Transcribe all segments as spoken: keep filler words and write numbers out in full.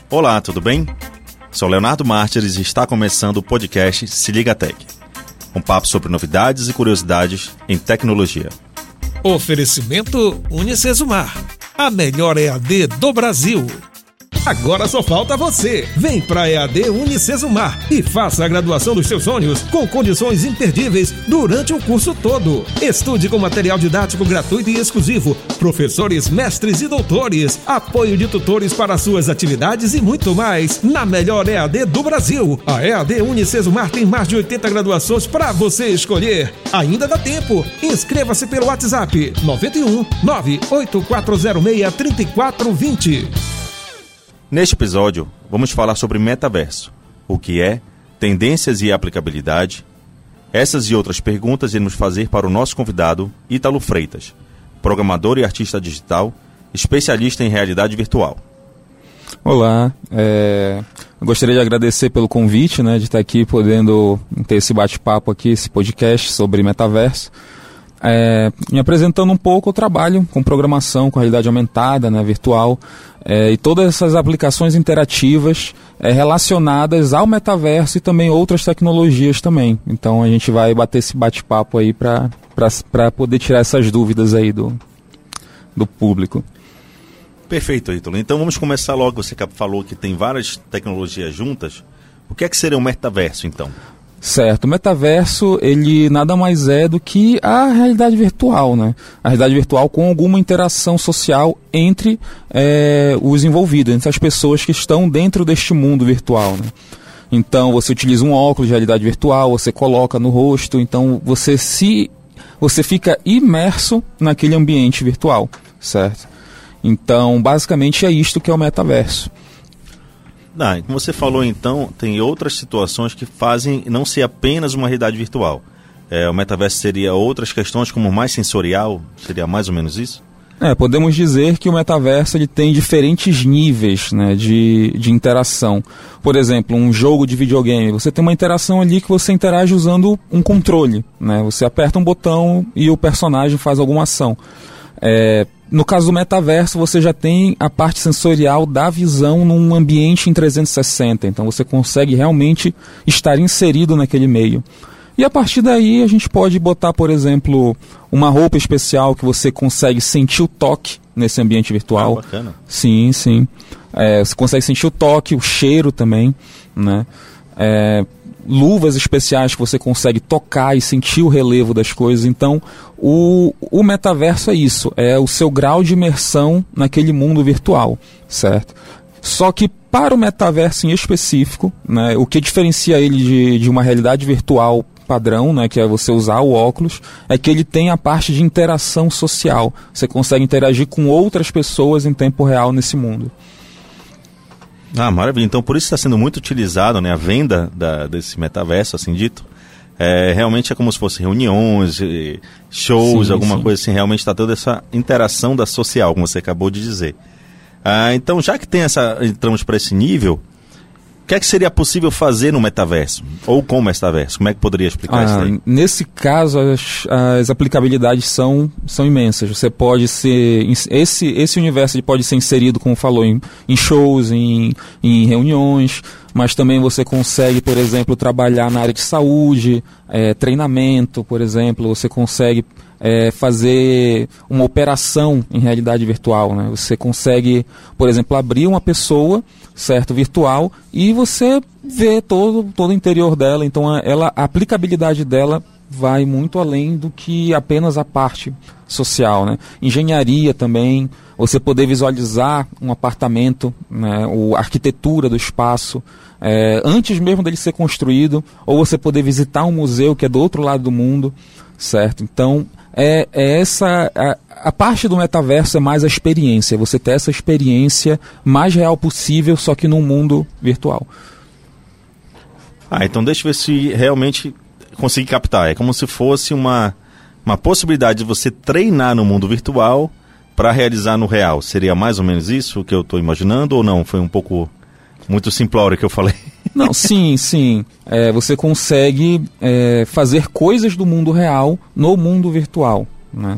Olá, tudo bem? Sou Leonardo Mártires e está começando o podcast Se Liga Tech, um papo sobre novidades e curiosidades em tecnologia. Oferecimento Unicesumar, a melhor E A D do Brasil. Agora só falta você. Vem pra E A D Unicesumar e faça a graduação dos seus sonhos com condições imperdíveis durante o curso todo. Estude com material didático gratuito e exclusivo, professores, mestres e doutores, apoio de tutores para suas atividades e muito mais, na melhor E A D do Brasil. A E A D Unicesumar tem mais de oitenta graduações para você escolher. Ainda dá tempo. Inscreva-se pelo WhatsApp nove um nove oito quatro zero seis três quatro dois zero. Neste episódio, vamos falar sobre metaverso, o que é, tendências e aplicabilidade. Essas e outras perguntas iremos fazer para o nosso convidado, Ítalo Freitas, programador e artista digital, especialista em realidade virtual. Olá, é, eu gostaria de agradecer pelo convite, né, de estar aqui podendo ter esse bate-papo aqui, esse podcast sobre metaverso. É, me apresentando um pouco, eu trabalho com programação, com realidade aumentada, né, virtual, é, e todas essas aplicações interativas é, relacionadas ao metaverso e também outras tecnologias também. Então a gente vai bater esse bate-papo aí para poder tirar essas dúvidas aí do, do público. Perfeito, Ítalo. Então vamos começar logo. Você falou que tem várias tecnologias juntas. O que é que seria um metaverso, então? Certo, o metaverso, ele nada mais é do que a realidade virtual, né? A realidade virtual com alguma interação social entre é, os envolvidos, entre as pessoas que estão dentro deste mundo virtual, né? Então, você utiliza um óculos de realidade virtual, você coloca no rosto, então você se você fica imerso naquele ambiente virtual, certo? Então, basicamente é isto que é o metaverso. Ah, como você falou, então, tem outras situações que fazem não ser apenas uma realidade virtual. É, o metaverso seria outras questões como mais sensorial? Seria mais ou menos isso? É, podemos dizer que o metaverso ele tem diferentes níveis, né, de, de interação. Por exemplo, um jogo de videogame, você tem uma interação ali que você interage usando um controle, né? Você aperta um botão e o personagem faz alguma ação. É, no caso do metaverso, você já tem a parte sensorial da visão num ambiente em trezentos e sessenta, então você consegue realmente estar inserido naquele meio. E a partir daí a gente pode botar, por exemplo, uma roupa especial que você consegue sentir o toque nesse ambiente virtual. Ah, bacana. Sim, sim. É, você consegue sentir o toque, o cheiro também, né? É, luvas especiais que você consegue tocar e sentir o relevo das coisas. Então, o, o metaverso é isso, é o seu grau de imersão naquele mundo virtual, certo? Só que para o metaverso em específico, né, o que diferencia ele de, de uma realidade virtual padrão, né, que é você usar o óculos, é que ele tem a parte de interação social. Você consegue interagir com outras pessoas em tempo real nesse mundo. Ah, maravilha. Então, por isso está sendo muito utilizado, né, a venda da, desse metaverso, assim dito. É, realmente é como se fossem reuniões, shows, sim, alguma sim. coisa assim. Realmente está toda essa interação da social, como você acabou de dizer. Ah, então, já que tem essa, entramos para esse nível, o que é que seria possível fazer no metaverso? Ou com o metaverso? Como é que poderia explicar ah, isso aí? Nesse caso, as, as aplicabilidades são, são imensas. Você pode ser... Esse, esse universo pode ser inserido, como falou, em, em shows, em, em reuniões, mas também você consegue, por exemplo, trabalhar na área de saúde, é, treinamento, por exemplo. Você consegue é, fazer uma operação em realidade virtual, né? Você consegue, por exemplo, abrir uma pessoa, certo, virtual, e você vê todo, todo o interior dela. Então ela, a aplicabilidade dela vai muito além do que apenas a parte social, né? Engenharia também, você poder visualizar um apartamento, né, o, a arquitetura do espaço, é, antes mesmo dele ser construído, ou você poder visitar um museu que é do outro lado do mundo, certo? Então é, é essa... A, A parte do metaverso é mais a experiência, você ter essa experiência mais real possível, só que num mundo virtual. Ah, então deixa eu ver se realmente consegui captar. É como se fosse uma, uma possibilidade de você treinar no mundo virtual para realizar no real. Seria mais ou menos isso que eu estou imaginando ou não? Foi um pouco muito simplório que eu falei. Não, sim, sim. É, você consegue é, fazer coisas do mundo real no mundo virtual, né?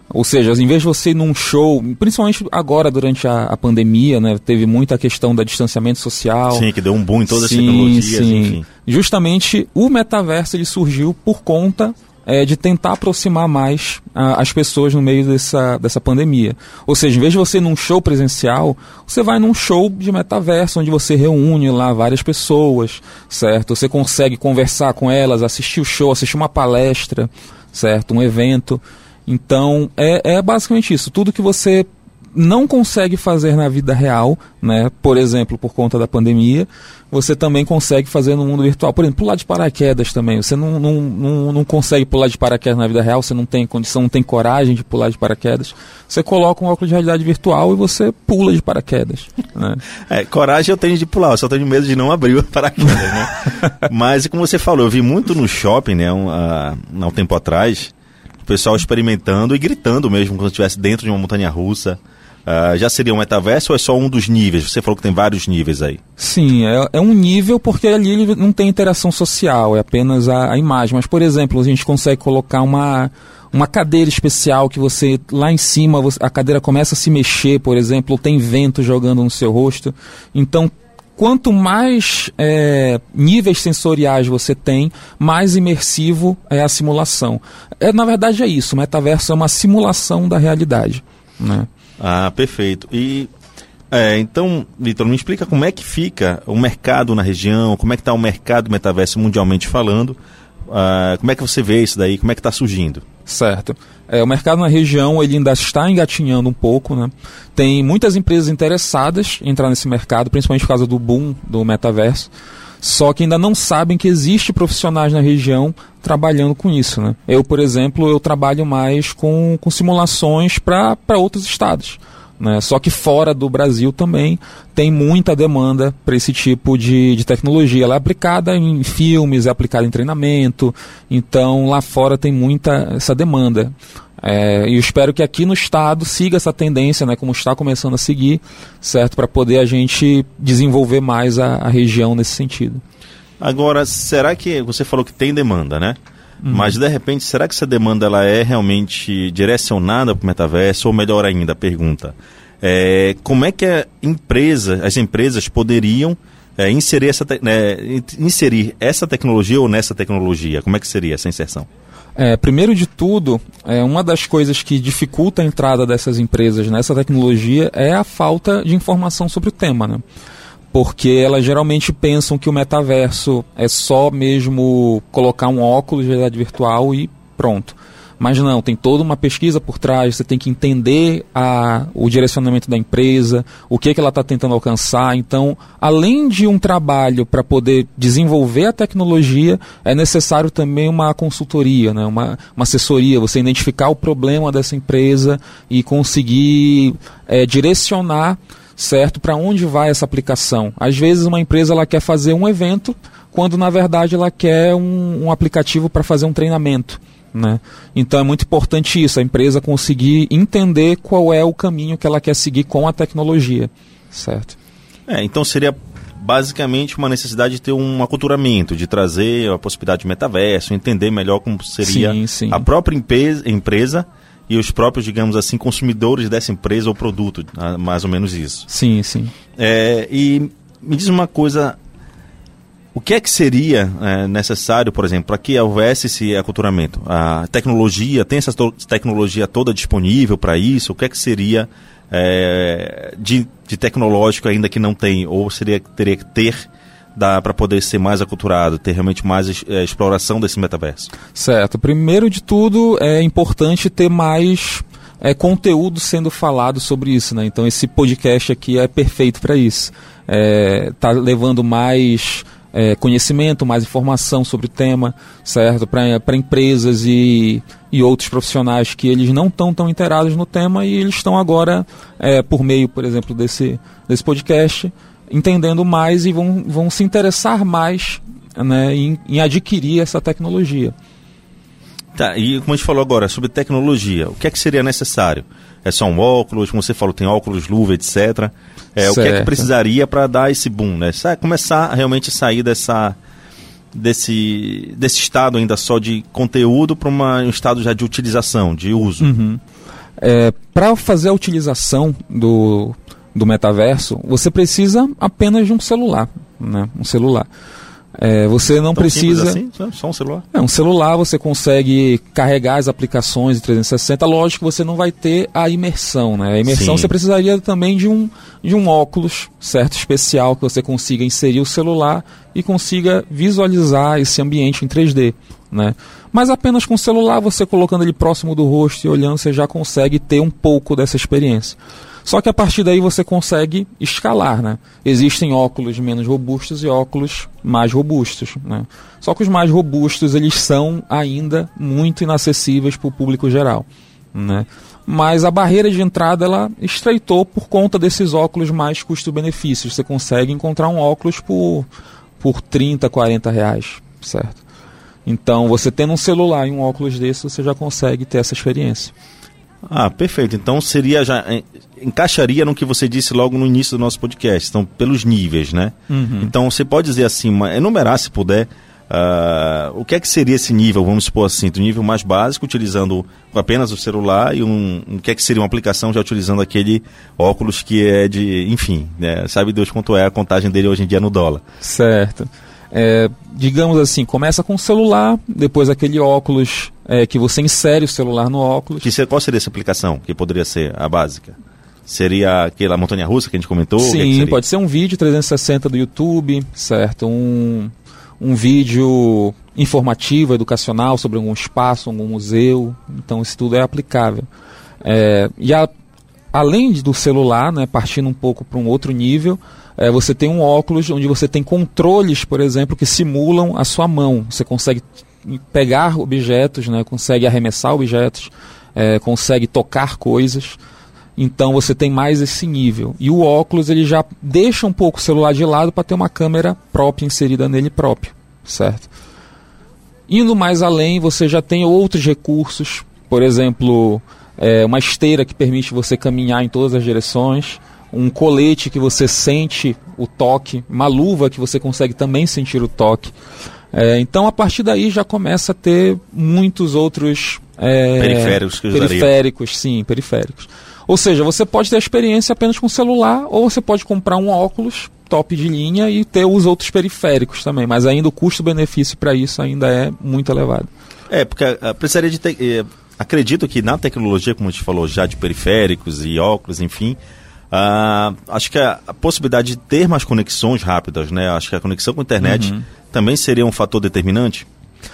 Ou seja, em vez de você ir num show, principalmente agora durante a, a pandemia, né, teve muita questão da distanciamento social. Sim, que deu um boom em todas sim, as tecnologias, sim. enfim. Justamente o metaverso ele surgiu por conta é, de tentar aproximar mais a, as pessoas no meio dessa, dessa pandemia. Ou seja, em vez de você ir num show presencial, você vai num show de metaverso, onde você reúne lá várias pessoas, certo? Você consegue conversar com elas, assistir o show, assistir uma palestra, certo? Um evento. Então, é, é basicamente isso. Tudo que você não consegue fazer na vida real, né? Por exemplo, por conta da pandemia, você também consegue fazer no mundo virtual. Por exemplo, pular de paraquedas também. Você não, não, não, não consegue pular de paraquedas na vida real, você não tem condição, não tem coragem de pular de paraquedas. Você coloca um óculos de realidade virtual e você pula de paraquedas. Né? É, coragem eu tenho de pular, eu só tenho medo de não abrir o paraquedas, né? Mas, como você falou, eu vi muito no shopping, né? Um, há um tempo atrás, o pessoal experimentando e gritando mesmo quando estivesse dentro de uma montanha-russa. Uh, já seria um metaverso ou é só um dos níveis? Você falou que tem vários níveis aí. Sim, é, é um nível porque ali não tem interação social, é apenas a, a imagem. Mas, por exemplo, a gente consegue colocar uma, uma cadeira especial que você, lá em cima, você, a cadeira começa a se mexer, por exemplo, tem vento jogando no seu rosto. Então, quanto mais é, níveis sensoriais você tem, mais imersivo é a simulação. É, na verdade é isso, o metaverso é uma simulação da realidade, né? Ah, perfeito. E é, então, Vitor, me explica como é que fica o mercado na região, como é que está o mercado do metaverso mundialmente falando, ah, como é que você vê isso daí, como é que está surgindo? Certo. É, o mercado na região ele ainda está engatinhando um pouco, né? Tem muitas empresas interessadas em entrar nesse mercado, principalmente por causa do boom do metaverso, só que ainda não sabem que existe profissionais na região trabalhando com isso, né? Eu, por exemplo, eu trabalho mais com, com simulações para outros estados, né? Só que fora do Brasil também tem muita demanda para esse tipo de, de tecnologia. Ela é aplicada em filmes, é aplicada em treinamento, então lá fora tem muita essa demanda. É, e eu espero que aqui no estado siga essa tendência, né, como está começando a seguir, certo, para poder a gente desenvolver mais a, a região nesse sentido. Agora, será que você falou que tem demanda, né? Uhum. Mas de repente, será que essa demanda ela é realmente direcionada para o metaverso? Ou melhor ainda, a pergunta, é, como é que a empresa, as empresas poderiam é, inserir, essa te, né, inserir essa tecnologia ou nessa tecnologia? Como é que seria essa inserção? É, primeiro de tudo, é, uma das coisas que dificulta a entrada dessas empresas nessa tecnologia é a falta de informação sobre o tema, né? Porque elas geralmente pensam que o metaverso é só mesmo colocar um óculos de realidade virtual e pronto. Mas não, tem toda uma pesquisa por trás, você tem que entender a, o direcionamento da empresa, o que, que ela está tentando alcançar. Então, além de um trabalho para poder desenvolver a tecnologia, é necessário também uma consultoria, né? uma, uma assessoria, você identificar o problema dessa empresa e conseguir é, direcionar, certo, para onde vai essa aplicação. Às vezes uma empresa ela quer fazer um evento, quando na verdade ela quer um, um aplicativo para fazer um treinamento. Né? Então é muito importante isso, a empresa conseguir entender qual é o caminho que ela quer seguir com a tecnologia, certo? É, então seria basicamente uma necessidade de ter um aculturamento, de trazer a possibilidade de metaverso, entender melhor como seria sim, sim. a própria empresa, empresa e os próprios, digamos assim, consumidores dessa empresa ou produto, mais ou menos isso. Sim, sim. É, e me diz uma coisa... O que é que seria é, necessário, por exemplo, para que houvesse esse aculturamento? A tecnologia, tem essa to- tecnologia toda disponível para isso? O que é que seria é, de, de tecnológico ainda que não tem? Ou seria, teria que ter para poder ser mais aculturado, ter realmente mais é, exploração desse metaverso? Certo. Primeiro de tudo, é importante ter mais é, conteúdo sendo falado sobre isso, né? Então esse podcast aqui é perfeito para isso. Está levando mais... É, conhecimento, mais informação sobre o tema, certo? Para empresas e, e outros profissionais que eles não estão tão inteirados no tema e eles estão agora, é, por meio, por exemplo, desse, desse podcast, entendendo mais e vão, vão se interessar mais, né, em, em adquirir essa tecnologia. Tá, e como a gente falou agora sobre tecnologia, o que é que seria necessário? É só um óculos, como você falou, tem óculos, luva, etcétera. É, o que é que precisaria para dar esse boom, né? Começar a realmente sair dessa, desse, desse estado ainda só de conteúdo para um estado já de utilização, de uso. Uhum. É, para fazer a utilização do, do metaverso, você precisa apenas de um celular, né? Um celular. É, você não Tão precisa... Assim? Só um celular? É, um celular você consegue carregar as aplicações de trezentos e sessenta. Lógico que você não vai ter a imersão, né? A imersão Sim. você precisaria também de um, de um óculos, certo, especial, que você consiga inserir o celular e consiga visualizar esse ambiente em três D, né? Mas apenas com o celular, você colocando ele próximo do rosto e olhando, você já consegue ter um pouco dessa experiência. Só que a partir daí você consegue escalar, né? Existem óculos menos robustos e óculos mais robustos, né? Só que os mais robustos, eles são ainda muito inacessíveis para o público geral, né? Mas a barreira de entrada, ela estreitou por conta desses óculos mais custo-benefício. Você consegue encontrar um óculos por, por trinta, quarenta reais, certo? Então, você tendo um celular e um óculos desse, você já consegue ter essa experiência. Ah, perfeito. Então seria já encaixaria no que você disse logo no início do nosso podcast. Então, pelos níveis, né? Uhum. Então, você pode dizer assim, enumerar, se puder, uh, o que é que seria esse nível, vamos supor assim, do nível mais básico, utilizando apenas o celular, e um, o que é que seria uma aplicação já utilizando aquele óculos que é de, enfim, né? Sabe Deus quanto é a contagem dele hoje em dia no dólar. Certo. É, digamos assim, começa com o celular, depois aquele óculos é, que você insere o celular no óculos. Que, qual seria essa aplicação que poderia ser a básica? Seria aquela montanha-russa que a gente comentou? Sim, que que pode ser um vídeo trezentos e sessenta do YouTube, certo? Um, um vídeo informativo, educacional sobre algum espaço, algum museu. Então isso tudo é aplicável. É, e a, além do celular, né, partindo um pouco para um outro nível, É, você tem um óculos onde você tem controles, por exemplo, que simulam a sua mão. Você consegue pegar objetos, né, consegue arremessar objetos, é, consegue tocar coisas. Então você tem mais esse nível. E o óculos ele já deixa um pouco o celular de lado para ter uma câmera própria inserida nele próprio, certo? Indo mais além, você já tem outros recursos, por exemplo, é, uma esteira que permite você caminhar em todas as direções, um colete que você sente o toque, uma luva que você consegue também sentir o toque. É, então, a partir daí já começa a ter muitos outros... É, periféricos que Periféricos, sim, periféricos. Ou seja, você pode ter a experiência apenas com o celular, ou você pode comprar um óculos top de linha e ter os outros periféricos também. Mas ainda o custo-benefício para isso ainda é muito elevado. É, porque uh, precisaria de... Te- uh, acredito que na tecnologia, como a gente falou já, de periféricos e óculos, enfim... Uh, acho que a, a possibilidade de ter mais conexões rápidas, né? Acho que a conexão com a internet uhum. também seria um fator determinante?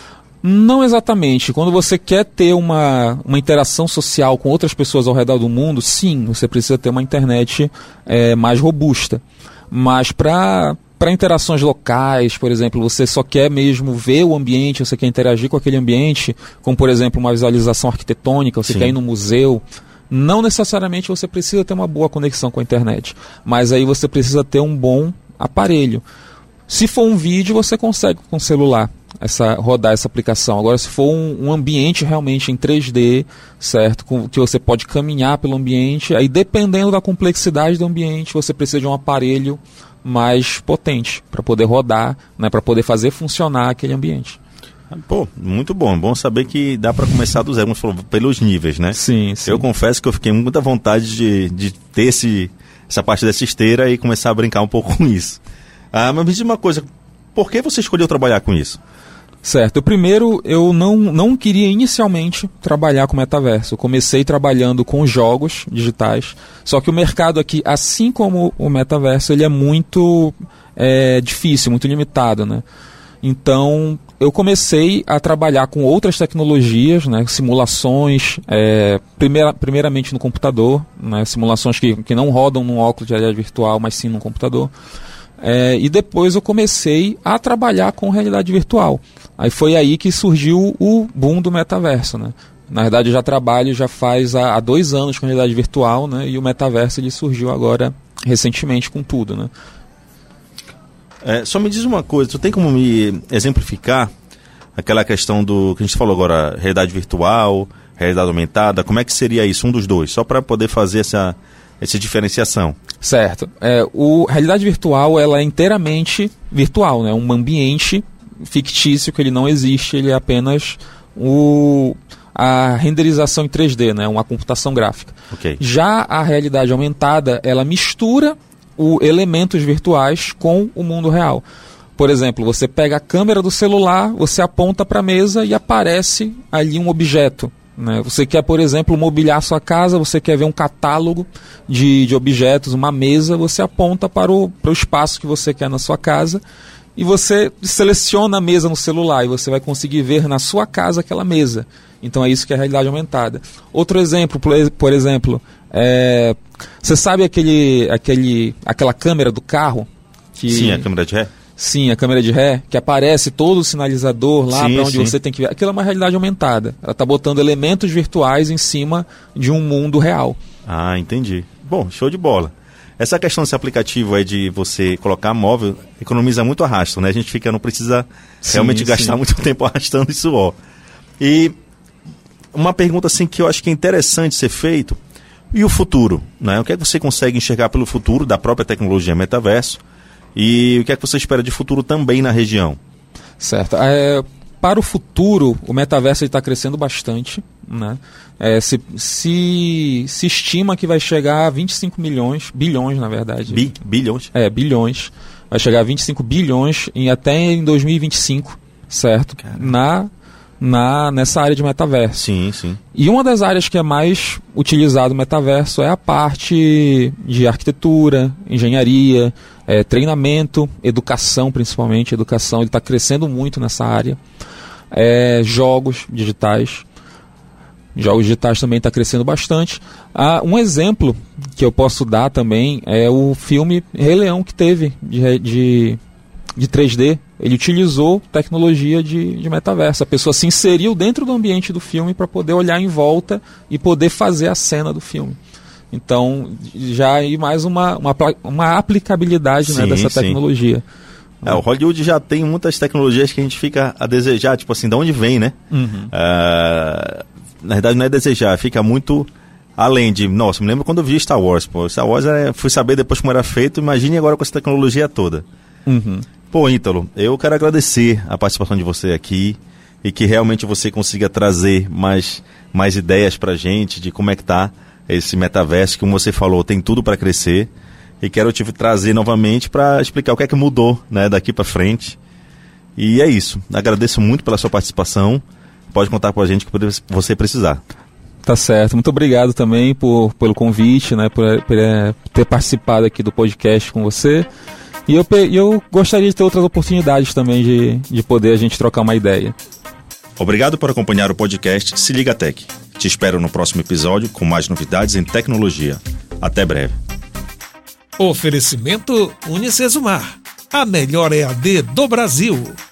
Não exatamente. Quando você quer ter uma, uma interação social com outras pessoas ao redor do mundo, sim, você precisa ter uma internet é, mais robusta. Mas para para interações locais, por exemplo, você só quer mesmo ver o ambiente, você quer interagir com aquele ambiente, como por exemplo uma visualização arquitetônica, você sim. quer ir no museu... Não necessariamente você precisa ter uma boa conexão com a internet, mas aí você precisa ter um bom aparelho. Se for um vídeo, você consegue com o celular essa, rodar essa aplicação. Agora, se for um, um ambiente realmente em três D, certo, com, que você pode caminhar pelo ambiente, aí dependendo da complexidade do ambiente, você precisa de um aparelho mais potente para poder rodar, né, para poder fazer funcionar aquele ambiente. Pô, muito bom. É bom saber que dá para começar do zero, como você falou, pelos níveis, né? Sim, sim. Eu confesso que eu fiquei com muita vontade de, de ter esse, essa parte dessa esteira e começar a brincar um pouco com isso. Ah, mas me diz uma coisa, por que você escolheu trabalhar com isso? Certo. Eu, primeiro, eu não, não queria inicialmente trabalhar com metaverso. Eu comecei trabalhando com jogos digitais, só que o mercado aqui, assim como o metaverso, ele é muito é, difícil, muito limitado, né? Então, eu comecei a trabalhar com outras tecnologias, né, simulações, é, primeira, primeiramente no computador, né, simulações que, que não rodam num óculos de realidade virtual, mas sim no computador. É, e depois eu comecei a trabalhar com realidade virtual. Aí foi aí que surgiu o boom do metaverso, né? Na verdade, eu já trabalho já faz há, há dois anos com realidade virtual, né, e o metaverso ele surgiu agora recentemente com tudo, né? É, só me diz uma coisa, tu tem como me exemplificar aquela questão do que a gente falou agora, realidade virtual, realidade aumentada, como é que seria isso, um dos dois, só para poder fazer essa, essa diferenciação? Certo. É, o, a realidade virtual ela é inteiramente virtual, né? Um ambiente fictício que ele não existe, ele é apenas o, a renderização em três D, né? Uma computação gráfica. Okay. Já a realidade aumentada, ela mistura os elementos virtuais com o mundo real. Por exemplo, você pega a câmera do celular, você aponta para a mesa e aparece ali um objeto. Né? Você quer, por exemplo, mobiliar sua casa, você quer ver um catálogo de, de objetos, uma mesa, você aponta para o, para o espaço que você quer na sua casa e você seleciona a mesa no celular e você vai conseguir ver na sua casa aquela mesa. Então é isso que é a realidade aumentada. Outro exemplo, por, por exemplo, é, você sabe aquele, aquele, aquela câmera do carro? Que, Sim, a câmera de ré. Sim, a câmera de ré, que aparece todo o sinalizador lá para onde sim. você tem que ver. Aquilo é uma realidade aumentada. Ela está botando elementos virtuais em cima de um mundo real. Ah, entendi. Bom, show de bola. Essa questão desse aplicativo aí de você colocar móvel economiza muito arrasto, né? A gente fica, não precisa sim, realmente gastar sim. muito tempo arrastando isso, ó. E uma pergunta assim que eu acho que é interessante ser feito, e o futuro, né? O que é que você consegue enxergar pelo futuro da própria tecnologia metaverso? E o que é que você espera de futuro também na região? Certo. É, para o futuro, o metaverso está crescendo bastante. Né? É, se, se, se estima que vai chegar a vinte e cinco milhões, bilhões na verdade. Bi, bilhões? É, bilhões. Vai chegar a vinte e cinco bilhões em, até em dois mil e vinte e cinco, certo? Na, na, nessa área de metaverso. Sim, sim. E uma das áreas que é mais utilizado no metaverso é a parte de arquitetura, engenharia, é, treinamento, educação principalmente. Educação, ele está crescendo muito nessa área. É, jogos digitais. Jogos digitais também está crescendo bastante. Ah, um exemplo que eu posso dar também é o filme Rei Leão que teve de, de, de três D. Ele utilizou tecnologia de, de metaverso. A pessoa se inseriu dentro do ambiente do filme para poder olhar em volta e poder fazer a cena do filme. Então, já aí mais uma, uma, uma aplicabilidade sim, né, dessa tecnologia. É, o Hollywood já tem muitas tecnologias que a gente fica a desejar, tipo assim, de onde vem, né? Uhum. Uh, na verdade não é desejar, fica muito além de... Nossa, me lembro quando eu vi Star Wars, pô. Star Wars, é, fui saber depois como era feito, imagine agora com essa tecnologia toda. Uhum. Pô, Ítalo, eu quero agradecer a participação de você aqui e que realmente você consiga trazer mais, mais ideias pra gente de como é que tá esse metaverso, que como você falou, tem tudo para crescer. E quero te trazer novamente para explicar o que é que mudou, né, daqui para frente. E é isso. Agradeço muito pela sua participação. Pode contar com a gente que você precisar. Tá certo. Muito obrigado também por, pelo convite, né, por, por é, ter participado aqui do podcast com você. E eu, eu gostaria de ter outras oportunidades também de, de poder a gente trocar uma ideia. Obrigado por acompanhar o podcast Se Liga Tech. Te espero no próximo episódio com mais novidades em tecnologia. Até breve. Oferecimento Unicesumar, a melhor E A D do Brasil.